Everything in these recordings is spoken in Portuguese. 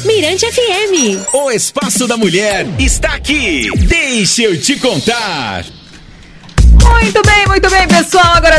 Mirante FM. O Espaço da Mulher está aqui. Deixa eu te contar. Muito bem, pessoal. Agora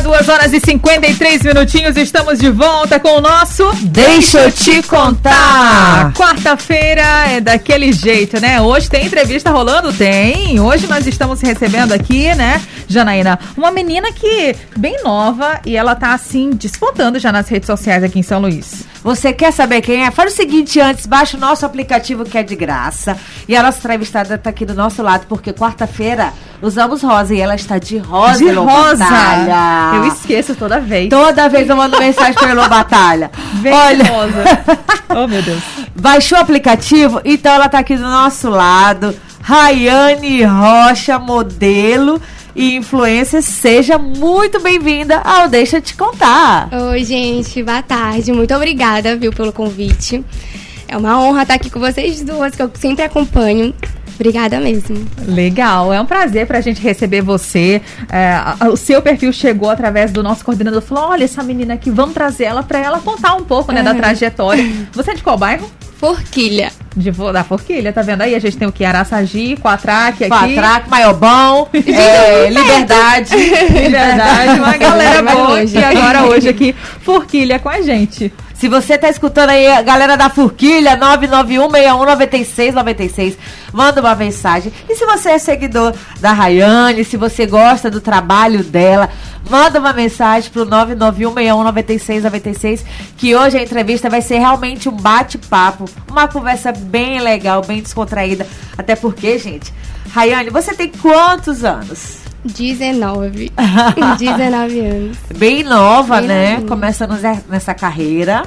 2h53, estamos de volta com o nosso Deixa eu te contar. Quarta-feira é daquele jeito, né? Hoje tem entrevista rolando? Tem. Hoje nós estamos recebendo aqui, né, Janaína, uma menina que bem nova e ela tá assim, despontando já nas redes sociais aqui em São Luís. Você quer saber quem é? Faz o seguinte antes, baixa o nosso aplicativo que é de graça. E a nossa entrevistada está aqui do nosso lado, porque quarta-feira usamos rosa e ela está de rosa. De rosa! Batalha. Eu esqueço toda vez. Toda vez eu mando mensagem para Elô Batalha. Vem olha, rosa. Oh, meu Deus. Baixou o aplicativo, então ela está aqui do nosso lado. Rayane Rocha, modelo e influencer, seja muito bem-vinda ao Deixa eu te contar. Oi, gente, boa tarde. Muito obrigada, viu, pelo convite. É uma honra estar aqui com vocês duas, que eu sempre acompanho. Obrigada mesmo. Legal, é um prazer pra gente receber você. O seu perfil chegou através do nosso coordenador, falou, olha essa menina aqui, vamos trazer ela pra ela contar um pouco, né, da trajetória. Você é de qual bairro? Forquilha. Da Forquilha, tá vendo aí? A gente tem o que? Araçagi, Quatraque aqui. Quatraque, Maiobão, Liberdade. Liberdade, uma galera boa. E agora hoje aqui, Forquilha com a gente. Se você tá escutando aí, a galera da Forquilha, 991-61-9696, manda uma mensagem. E se você é seguidor da Rayane, se você gosta do trabalho dela, manda uma mensagem pro 991-61-9696, que hoje a entrevista vai ser realmente um bate-papo, uma conversa bem legal, bem descontraída. Até porque, gente, Rayane, você tem quantos anos? 19 anos. Bem nova, Bem né? novinha. Começando nessa carreira.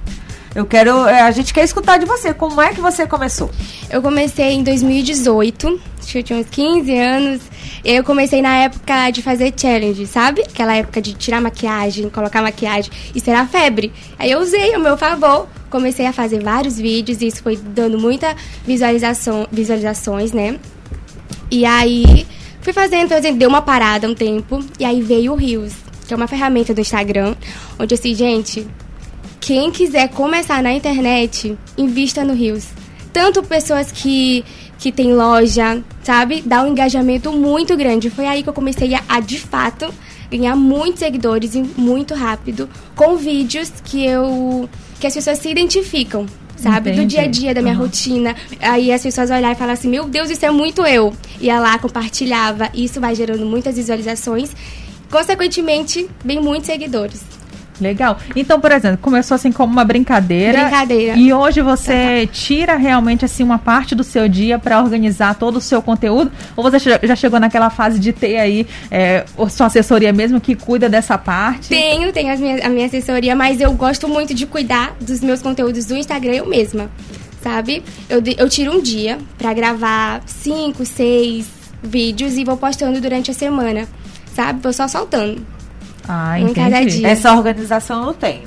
A gente quer escutar de você. Como é que você começou? Eu comecei em 2018, acho que eu tinha uns 15 anos. Eu comecei na época de fazer challenge, sabe? Aquela época de tirar maquiagem, colocar maquiagem. Isso era febre. Aí eu usei ao meu favor. Comecei a fazer vários vídeos e isso foi dando muita visualizações, né? E aí fui fazendo, deu uma parada um tempo. E aí veio o Reels, que é uma ferramenta do Instagram, onde assim, gente, quem quiser começar na internet, invista no Reels. Tanto pessoas que tem loja, sabe? Dá um engajamento muito grande. Foi aí que eu comecei a de fato, ganhar muitos seguidores e muito rápido, com vídeos que as pessoas se identificam, sabe? Entendi. Do dia a dia, da minha rotina. Aí as pessoas olharem e falar assim, meu Deus, isso é muito eu. Ia lá, compartilhava. Isso vai gerando muitas visualizações. Consequentemente, vem muitos seguidores. Legal. Então, por exemplo, começou assim como uma brincadeira. E hoje você tira realmente assim uma parte do seu dia para organizar todo o seu conteúdo? Ou você já chegou naquela fase de ter aí sua assessoria mesmo que cuida dessa parte? Tenho a minha assessoria, mas eu gosto muito de cuidar dos meus conteúdos do Instagram eu mesma, sabe? Eu tiro um dia para gravar 5, 6 vídeos e vou postando durante a semana, sabe? Vou só soltando. Ah, em cada entendi. dia. Essa organização eu não tenho.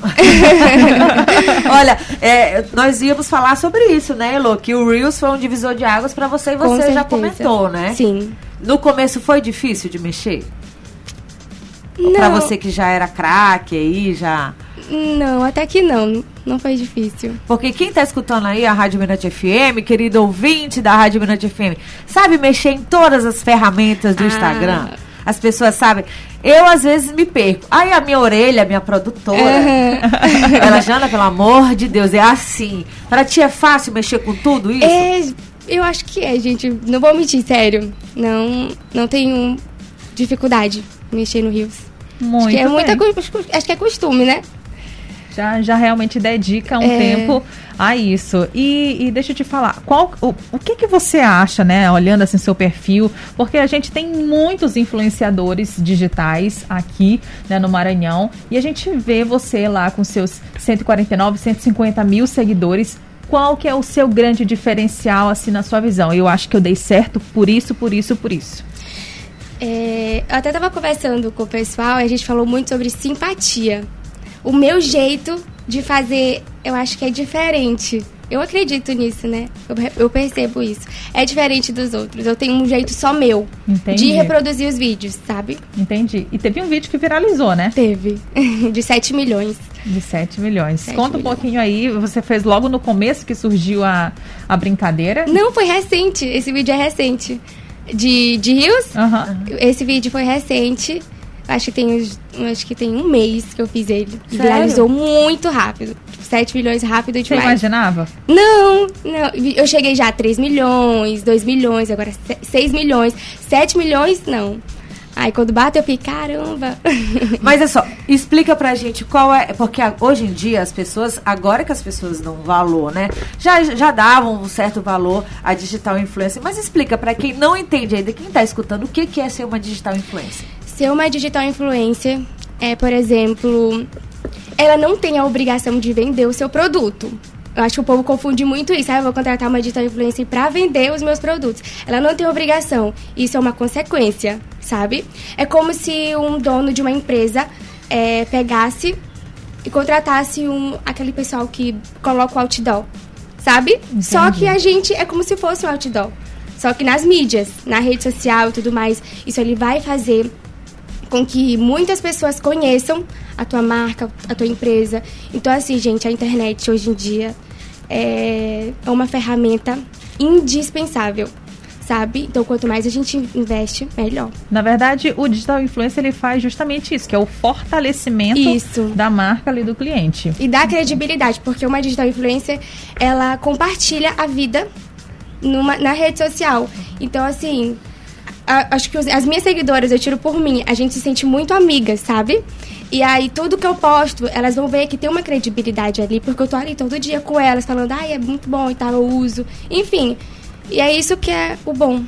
Olha, nós íamos falar sobre isso, né, Elô? Que o Reels foi um divisor de águas pra você e Com você já certeza. comentou, né? Sim. No começo foi difícil de mexer? Não, Pra você que já era craque aí, já... não, até que não. Não foi difícil. Porque quem tá escutando aí a Rádio Mirante FM, querido ouvinte da Rádio Mirante FM, sabe mexer em todas as ferramentas do Instagram? As pessoas sabem. Eu, às vezes, me perco. Aí a minha orelha, a minha produtora, ela, Jana, pelo amor de Deus, é assim. Pra ti é fácil mexer com tudo isso? Eu acho que gente. Não vou mentir, sério. Não tenho dificuldade em mexer no Reels. Muito acho que é bem. acho que é costume, né? Já realmente dedica um tempo a isso. E deixa eu te falar, o que você acha, né, olhando assim seu perfil, porque a gente tem muitos influenciadores digitais aqui, né, no Maranhão, e a gente vê você lá com seus 149, 150 mil seguidores. Qual que é o seu grande diferencial, assim, na sua visão? Eu acho que eu dei certo por isso. Eu até tava conversando com o pessoal e a gente falou muito sobre simpatia. O meu jeito de fazer, eu acho que é diferente. Eu acredito nisso, né? Eu percebo isso. É diferente dos outros. Eu tenho um jeito só meu. Entendi. De reproduzir os vídeos, sabe? Entendi. E teve um vídeo que viralizou, né? Teve. De 7 milhões. De 7 milhões. 7 Conta um milhões. pouquinho aí, você fez logo no começo que surgiu a brincadeira? Não, foi recente. Esse vídeo é recente. De Rios? Aham. Esse vídeo foi recente. Acho que tem um mês que eu fiz ele. E Sério? viralizou muito rápido. 7 milhões rápido Você demais. imaginava? Não. Eu cheguei já a 3 milhões, 2 milhões, agora 6 milhões, 7 milhões, não. Aí quando bate eu fiquei, caramba. Mas é só, explica pra gente qual é... Porque hoje em dia as pessoas, agora que as pessoas dão valor, né? Já davam um certo valor à digital influencer. Mas explica pra quem não entende ainda, quem tá escutando, o que é ser uma digital influencer? Ser uma digital influencer é, por exemplo, ela não tem a obrigação de vender o seu produto. Eu acho que o povo confunde muito isso. Eu vou contratar uma digital influencer para vender os meus produtos. Ela não tem obrigação. Isso é uma consequência, sabe? É como se um dono de uma empresa pegasse e contratasse aquele pessoal que coloca o outdoor, sabe? Entendi. Só que a gente é como se fosse um outdoor. Só que nas mídias, na rede social e tudo mais. Isso ele vai fazer com que muitas pessoas conheçam a tua marca, a tua empresa. Então, assim, gente, a internet hoje em dia é uma ferramenta indispensável, sabe? Então, quanto mais a gente investe, melhor. Na verdade, o digital influencer ele faz justamente isso, que é o fortalecimento Isso. da marca ali do cliente. E dá credibilidade, porque uma digital influencer, ela compartilha a vida na rede social. Então, assim, acho que as minhas seguidoras, eu tiro por mim, a gente se sente muito amigas, sabe? E aí, tudo que eu posto, elas vão ver que tem uma credibilidade ali, porque eu tô ali todo dia com elas, falando, é muito bom e tal, eu uso. Enfim, e é isso que é o bom.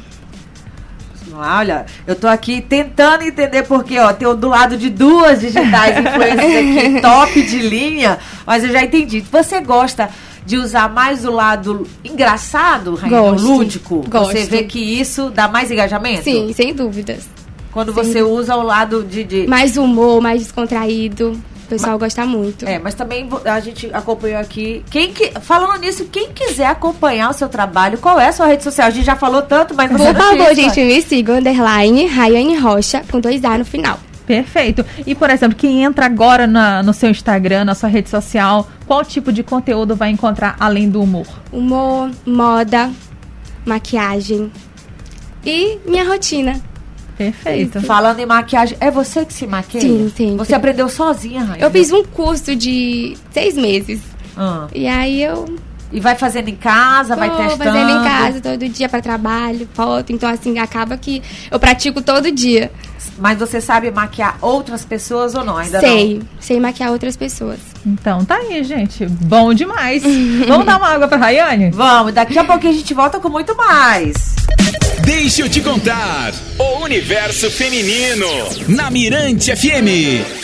Olha, eu tô aqui tentando entender porque, ó, tem do lado de duas digitais influencers aqui, top de linha, mas eu já entendi. Você gosta de usar mais o lado engraçado, Rainha, Gosto. lúdico? Gosto. Você vê que isso dá mais engajamento? Sim, sem dúvidas. Quando você usa o lado de... Mais humor, mais descontraído. O pessoal gosta muito. Mas também a gente acompanhou aqui. Falando nisso, quem quiser acompanhar o seu trabalho, qual é a sua rede social? A gente já falou tanto, mas você Por não favor, disse, gente, me sigam, _Raiane Rocha, com 2A no final. Perfeito. E, por exemplo, quem entra agora no seu Instagram, na sua rede social, qual tipo de conteúdo vai encontrar além do humor? Humor, moda, maquiagem e minha rotina. Perfeito. Falando em maquiagem, é você que se maquia? Sim, sim. Você aprendeu sozinha, Rainha? Eu fiz um curso de 6 meses. E aí E vai fazendo em casa, vai testando? fazendo em casa todo dia para trabalho, foto. Então, assim, acaba que eu pratico todo dia. Mas você sabe maquiar outras pessoas ou não? Ainda Sei maquiar outras pessoas. Então, tá aí, gente. Bom demais. Vamos dar uma água pra Raiane? Vamos, daqui a pouquinho a gente volta com muito mais. Deixa eu te contar. O universo feminino na Mirante FM.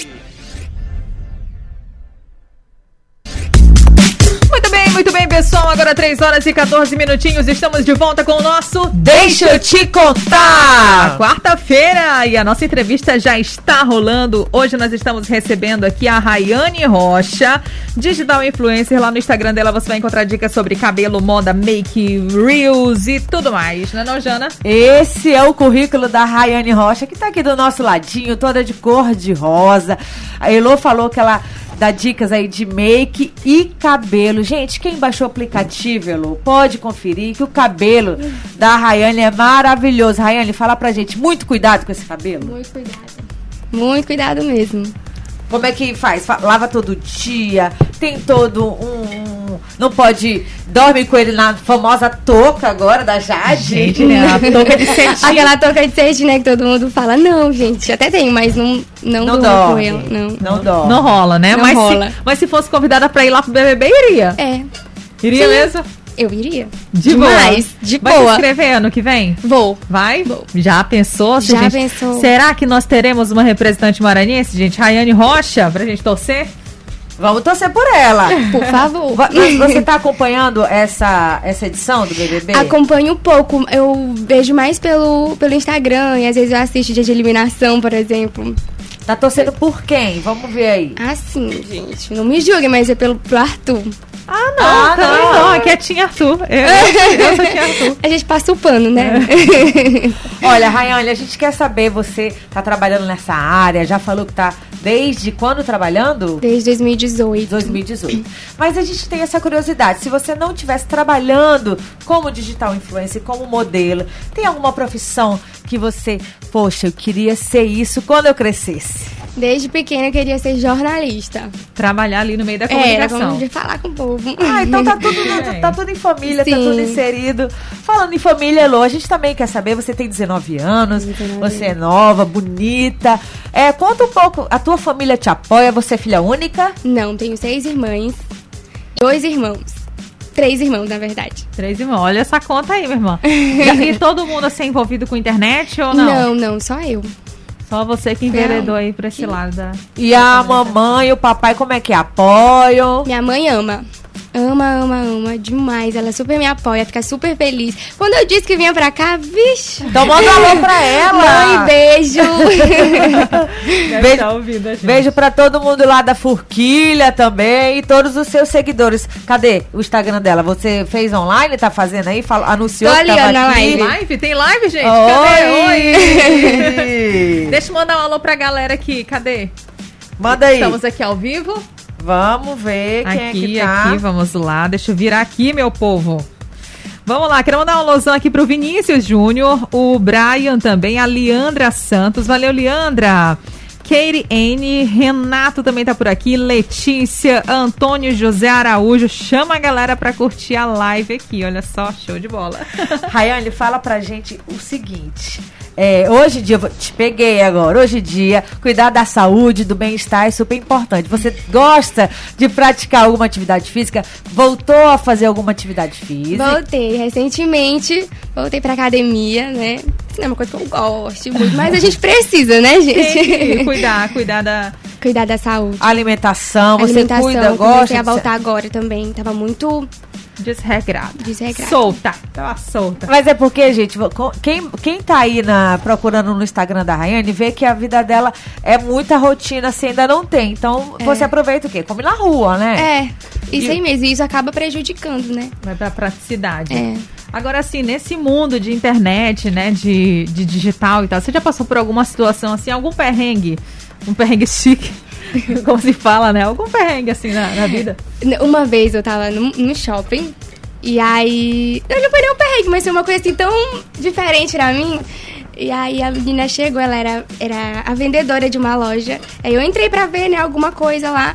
Muito bem, pessoal. Agora 3 horas e 14 minutinhos. Estamos de volta com o nosso Deixa eu te contar! Quarta-feira, e a nossa entrevista já está rolando. Hoje nós estamos recebendo aqui a Raiane Rocha, digital influencer. Lá no Instagram dela você vai encontrar dicas sobre cabelo, moda, make, reels e tudo mais, né, não, Jana? Esse é o currículo da Raiane Rocha, que tá aqui do nosso ladinho, toda de cor de rosa. A Elô falou que ela dá dicas aí de make e cabelo. Gente, quem baixou o aplicativo, Elô, pode conferir que o cabelo da Raiane é maravilhoso. Raiane, fala pra gente, muito cuidado com esse cabelo. Muito cuidado. Muito cuidado mesmo. Como é que faz? Lava todo dia, tem todo não pode... Dorme com ele na famosa touca agora da Jade. Gente, né? A touca de cetim. Aquela touca de cetim, né, que todo mundo fala. Não, gente, até tem, mas não durmo dorme. com ela. Não dorme. Não rola, né? Não mas, rola. Mas se fosse convidada pra ir lá pro BBB, iria. É. Iria Sim. mesmo? Eu iria. De Demais, boa. de Vai se boa. inscrever ano que vem? Vou. Vai? Já pensou? Já pensou. Será que nós teremos uma representante maranhense, gente? Raiane Rocha, pra gente torcer? Vamos torcer por ela. Por favor. Você tá acompanhando essa edição do BBB? Acompanho um pouco. Eu vejo mais pelo Instagram e às vezes eu assisto dia de eliminação, por exemplo. Tá torcendo por quem? Vamos ver aí. Assim, gente, não me julguem, mas é pro Arthur. Não, aqui é Tim Arthur. Eu sou Tim Arthur. A gente passa o pano, né? Olha, Rayane, a gente quer saber, você tá trabalhando nessa área, já falou que tá desde quando trabalhando? Desde 2018. 2018. Mas a gente tem essa curiosidade, se você não estivesse trabalhando como digital influencer, como modelo, tem alguma profissão que você, poxa, eu queria ser isso quando eu crescesse? Desde pequena eu queria ser jornalista. Trabalhar ali no meio da Era comunicação. como de falar com o povo. Então tá tudo em família, tá tudo inserido. Falando em família, Elô, a gente também quer saber, você tem 19 anos, 19 você é nova, bonita. Conta um pouco, a tua família te apoia, você é filha única? Não, tenho 6 irmãs, 2 irmãos. 3 irmãos, na verdade. 3 irmãos. Olha essa conta aí, minha irmã. E todo mundo assim envolvido com internet ou não? Não, só eu. Só você que enveredou aí pra esse lado da... E a mamãe e o papai, como é que apoiam? Minha mãe ama. Ama demais. Ela super me apoia, fica super feliz. Quando eu disse que vinha pra cá, vixe. Então manda um alô pra ela. Mãe, beijo. Deve estar ouvindo a gente. Beijo pra todo mundo lá da Forquilha também e todos os seus seguidores. Cadê o Instagram dela? Você fez online? Tá fazendo aí? Anunciou Tô que ali, tava na aqui. live. Tem live, gente? Oi! Cadê? Deixa eu mandar um alô pra galera aqui. Cadê? Manda aí. Estamos aqui ao vivo. Vamos ver quem Aqui, é que tá. aqui, vamos lá. Deixa eu virar aqui, meu povo. Vamos lá, quero mandar um alôzão aqui pro Vinícius Júnior, o Brian também, a Leandra Santos. Valeu, Leandra. Katie N, Renato também tá por aqui, Letícia, Antônio José Araújo. Chama a galera pra curtir a live aqui, olha só, show de bola. Rayane, fala pra gente o seguinte. Hoje em dia, te peguei agora, hoje em dia, cuidar da saúde, do bem-estar é super importante. Você gosta de praticar alguma atividade física? Voltou a fazer alguma atividade física? Voltei recentemente, voltei pra academia, né? Isso não é uma coisa que eu gosto muito, mas a gente precisa, né, gente? Tem que cuidar da... Cuidar da saúde. Alimentação, você cuida, comecei gosta? a voltar agora também, tava muito Desregrada. Solta. Tava solta. Mas é porque, gente, quem tá aí procurando no Instagram da Rayane, vê que a vida dela é muita rotina, você ainda não tem. Então, você aproveita o quê? Come na rua, né? Isso aí mesmo. E isso acaba prejudicando, né? Vai pra praticidade. Agora, assim, nesse mundo de internet, né, de digital e tal, você já passou por alguma situação, assim, algum perrengue? Um perrengue chique? Como se fala, né? Algum perrengue, assim, na vida? Uma vez eu tava no shopping, e aí... Não foi nem um perrengue, mas foi uma coisa assim tão diferente pra mim. E aí a menina chegou, ela era a vendedora de uma loja. Aí eu entrei pra ver, né, alguma coisa lá.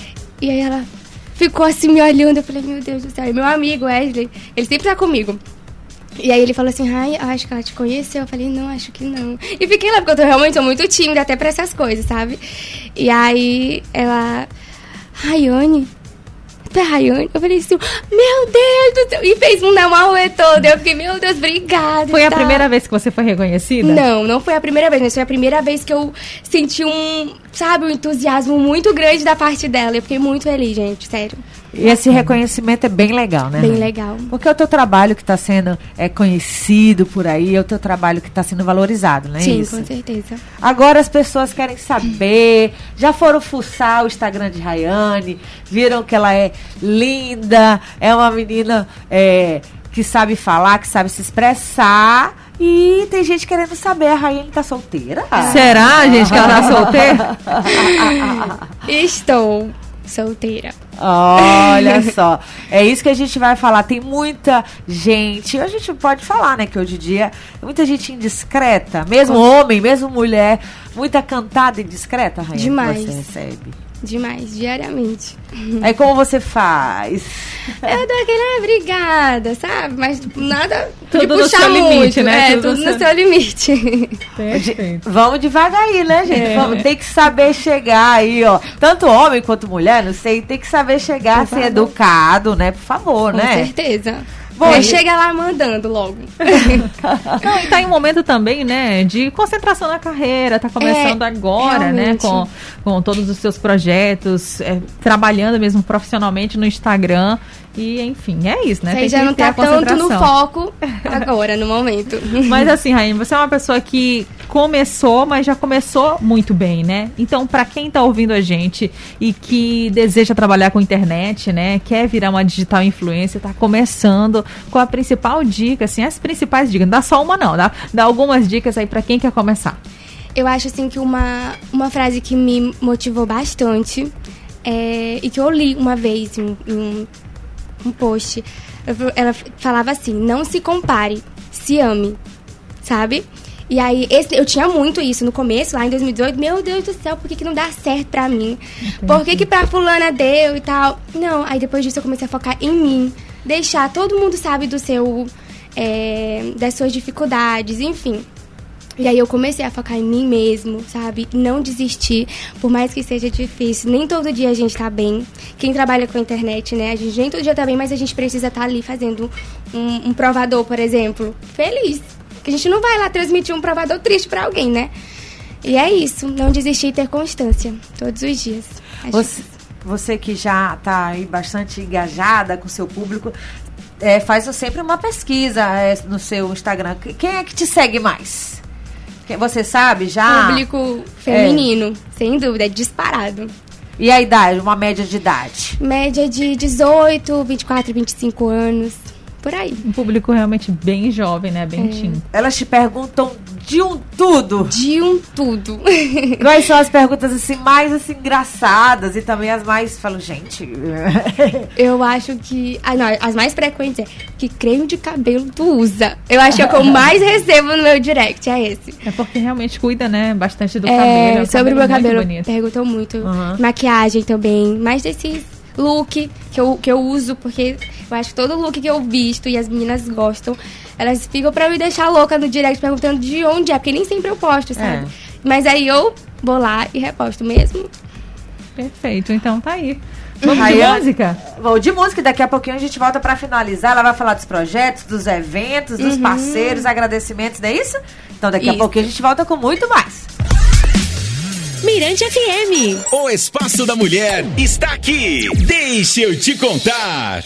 E aí ela ficou assim me olhando. Eu falei, meu Deus do céu. E meu amigo, Wesley, ele sempre tá comigo. E aí ele falou assim, acho que ela te conheceu. Eu falei, não, acho que não. E fiquei lá, porque eu realmente sou muito tímida até pra essas coisas, sabe? E aí ela, Rayane, tu é Rayane? Eu falei assim, meu Deus do céu. E fez um namauê todo. Eu fiquei, meu Deus, obrigada. Foi a primeira vez que você foi reconhecida? Não foi a primeira vez, mas foi a primeira vez que eu senti um entusiasmo muito grande da parte dela. Eu fiquei muito feliz, gente, sério. E esse reconhecimento é bem legal, né? Bem legal. Porque é o teu trabalho que está sendo conhecido por aí, é o teu trabalho que está sendo valorizado, não é isso? Sim, com certeza. Agora as pessoas querem saber, já foram fuçar o Instagram de Rayane, viram que ela é linda, é uma menina que sabe falar, que sabe se expressar. E tem gente querendo saber, a Rayane tá solteira? Será, gente, que ela tá solteira? Estou solteira. Olha só, é isso que a gente vai falar. Tem muita gente, a gente pode falar, né, que hoje em dia muita gente indiscreta, mesmo homem, mesmo mulher, muita cantada indiscreta, Rayane, demais. Que você recebe. Demais, diariamente. Aí como você faz? Eu dou aquele, obrigada, sabe? Mas nada tudo de puxar no seu muito, limite, né? Tudo no seu limite. Vamos devagar aí, né, gente? Tem que saber chegar aí, ó. Tanto homem quanto mulher, não sei, tem que saber chegar, ser educado, né? Por favor, né? Com certeza. chega lá mandando logo. Não, e tá em um momento também, né, de concentração na carreira, tá começando agora, realmente. né, com todos os seus projetos, trabalhando mesmo profissionalmente no Instagram. E, enfim, é isso, né? Isso aí já não tá tanto no foco agora, no momento. Mas assim, Rainha, você é uma pessoa que começou, mas já começou muito bem, né? Então, pra quem tá ouvindo a gente e que deseja trabalhar com internet, né? Quer virar uma digital influencer, tá começando com a principal dica, assim, as principais dicas. Não dá só uma não, dá algumas dicas aí pra quem quer começar. Eu acho, assim, que uma frase que me motivou bastante e que eu li uma vez em um post, ela falava assim: não se compare, se ame, sabe? E aí, eu tinha muito isso no começo, lá em 2018, meu Deus do céu, por que não dá certo pra mim? Por que pra fulana deu e tal? Não, aí depois disso eu comecei a focar em mim, deixar, todo mundo sabe do seu, das suas dificuldades, enfim. E aí eu comecei a focar em mim mesmo, sabe? Não desistir, por mais que seja difícil. Nem todo dia a gente tá bem. Quem trabalha com a internet, né? A gente nem todo dia tá bem, mas a gente precisa estar ali fazendo um provador, por exemplo, feliz. Porque a gente não vai lá transmitir um provador triste pra alguém, né? E é isso, não desistir e ter constância, todos os dias. Você que já tá aí bastante engajada com o seu público, faz sempre uma pesquisa no seu Instagram. Quem é que te segue mais? Você sabe já? Público feminino, sem dúvida, é disparado. E a idade, uma média de idade? Média de 18, 24, 25 anos, por aí. Um público realmente bem jovem, né? Bem teen. Elas te perguntam de um tudo. De um tudo. Quais são as perguntas assim mais assim, engraçadas e também as mais, falo, gente... Eu acho que... as mais frequentes que creme de cabelo tu usa. Eu acho que é o que eu mais recebo no meu direct, é esse. É porque realmente cuida, né, bastante do cabelo. Sobre o meu cabelo, bonito. perguntam muito. Maquiagem também, mais desses look que eu uso, porque eu acho que todo look que eu visto e as meninas gostam, elas ficam pra me deixar louca no direct perguntando de onde é, porque nem sempre eu posto, sabe? Mas aí eu vou lá e reposto mesmo. Perfeito, então tá aí. Vamos de música? Vamos de música, daqui a pouquinho a gente volta pra finalizar. Ela vai falar dos projetos, dos eventos, dos parceiros, agradecimentos, não é isso? Então daqui a pouquinho a gente volta com muito mais. Mirante FM. O Espaço da Mulher está aqui. Deixa eu te contar.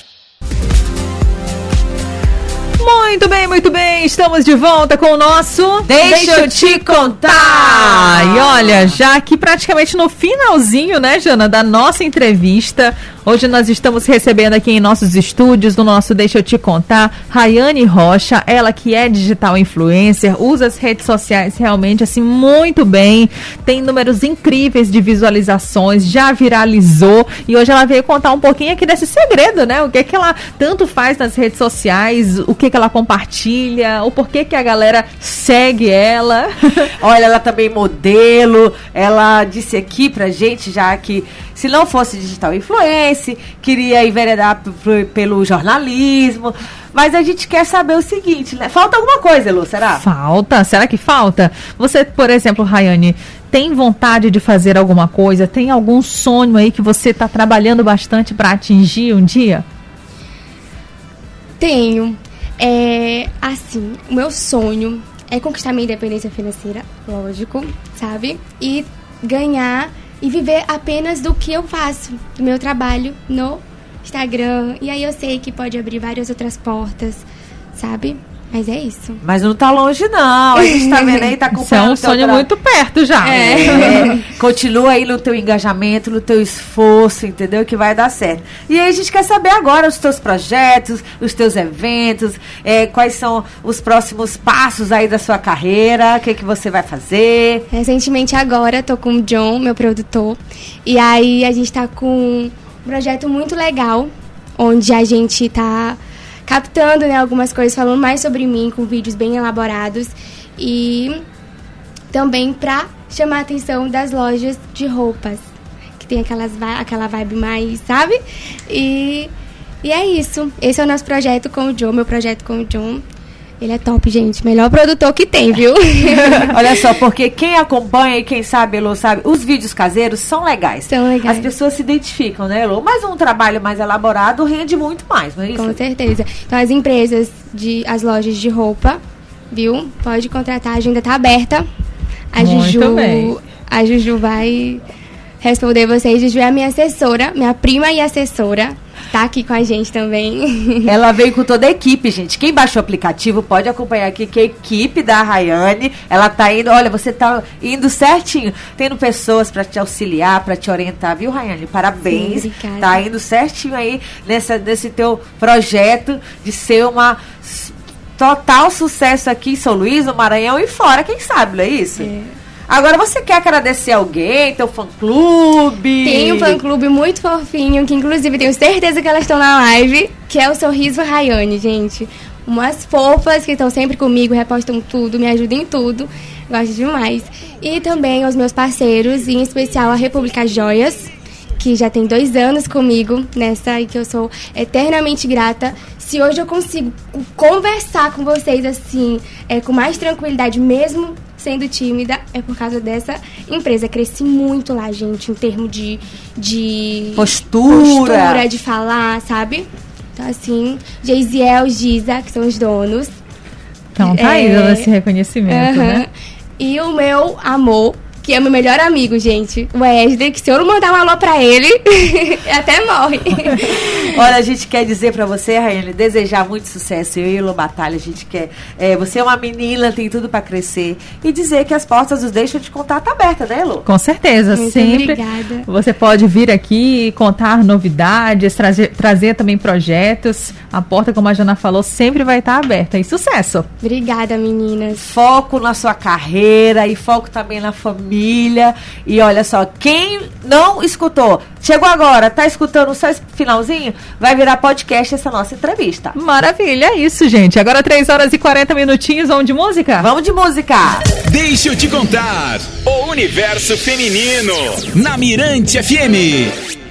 Muito bem, estamos de volta com o nosso Deixa eu te contar. E olha, já aqui praticamente no finalzinho, né, Jana, da nossa entrevista. Hoje nós estamos recebendo aqui em nossos estúdios, no nosso Deixa eu te contar, Rayane Rocha, ela que é digital influencer, usa as redes sociais realmente assim muito bem, tem números incríveis de visualizações, já viralizou e hoje ela veio contar um pouquinho aqui desse segredo, né? O que é que ela tanto faz nas redes sociais, o que é que ela compartilha, o porquê que a galera segue ela. Olha, ela também modelo, ela disse aqui pra gente já que se não fosse digital influencer, queria enveredar pelo jornalismo, mas a gente quer saber o seguinte, né? Falta alguma coisa, Elô, será? Falta? Será que falta? Você, por exemplo, Rayane, tem vontade de fazer alguma coisa? Tem algum sonho aí que você está trabalhando bastante para atingir um dia? Tenho. Assim, o meu sonho é conquistar minha independência financeira, lógico, sabe? E ganhar e viver apenas do que eu faço, do meu trabalho no Instagram. E aí eu sei que pode abrir várias outras portas, sabe? Mas é isso. Mas não tá longe, não. A gente tá vendo aí, tá acompanhando. Isso é um sonho muito perto já. Continua aí no teu engajamento, no teu esforço, entendeu? Que vai dar certo. E aí a gente quer saber agora os teus projetos, os teus eventos, quais são os próximos passos aí da sua carreira, o que você vai fazer. Recentemente agora, tô com o John, meu produtor, e aí a gente tá com um projeto muito legal, onde a gente tá captando, né, algumas coisas, falando mais sobre mim, com vídeos bem elaborados e também pra chamar a atenção das lojas de roupas, que tem aquela vibe mais, sabe? E é isso. Esse é o nosso projeto com o John, meu projeto com o John. Ele é top, gente. Melhor produtor que tem, viu? Olha só, porque quem acompanha e quem sabe, Elô, sabe, os vídeos caseiros são legais. São legais. As pessoas se identificam, né, Elô? Mas um trabalho mais elaborado rende muito mais, não é isso? Com certeza. Então, as empresas, as lojas de roupa, viu? Pode contratar, a agenda tá aberta. A Juju vai responder vocês. Juju é a minha assessora, minha prima e assessora. Tá aqui com a gente também. Ela veio com toda a equipe, gente. Quem baixou o aplicativo pode acompanhar aqui que a equipe da Rayane, ela tá indo, olha, você tá indo certinho. Tendo pessoas pra te auxiliar, pra te orientar, viu, Rayane? Parabéns. Sim, obrigada. Tá indo certinho aí nesse teu projeto de ser uma total sucesso aqui em São Luís, no Maranhão e fora, quem sabe, não é isso? É. Agora, você quer agradecer alguém, teu fã-clube? Tem um fã-clube muito fofinho, que inclusive tenho certeza que elas estão na live, que é o Sorriso Rayane, gente. Umas fofas que estão sempre comigo, repostam tudo, me ajudam em tudo. Gosto demais. E também os meus parceiros, em especial a República Joias, que já tem 2 anos comigo nessa e que eu sou eternamente grata. Se hoje eu consigo conversar com vocês assim, com mais tranquilidade, mesmo sendo tímida, é por causa dessa empresa. Cresci muito lá, gente, em termos de postura, de falar, sabe? Então, assim, Geisiel, Giza, que são os donos. Então, tá aí dando esse reconhecimento, né? E o meu amor, que é meu melhor amigo, gente, o Wesley, que se eu não mandar um alô pra ele, até morre. Olha, a gente quer dizer pra você, Rayane, desejar muito sucesso. Eu e Elô Batalha, a gente quer... você é uma menina, tem tudo pra crescer. E dizer que as portas dos Deixa de Contar tá aberta, né, Elô? Com certeza, muito sempre. Obrigada. Você pode vir aqui, contar novidades, trazer também projetos. A porta, como a Jana falou, sempre vai estar aberta. E sucesso! Obrigada, meninas. Foco na sua carreira e foco também na família. E olha só, quem não escutou, chegou agora, tá escutando só esse finalzinho, vai virar podcast essa nossa entrevista. Maravilha, é isso, gente. Agora 3h40, vamos de música? Vamos de música. Deixa eu te contar, o universo feminino, na Mirante FM.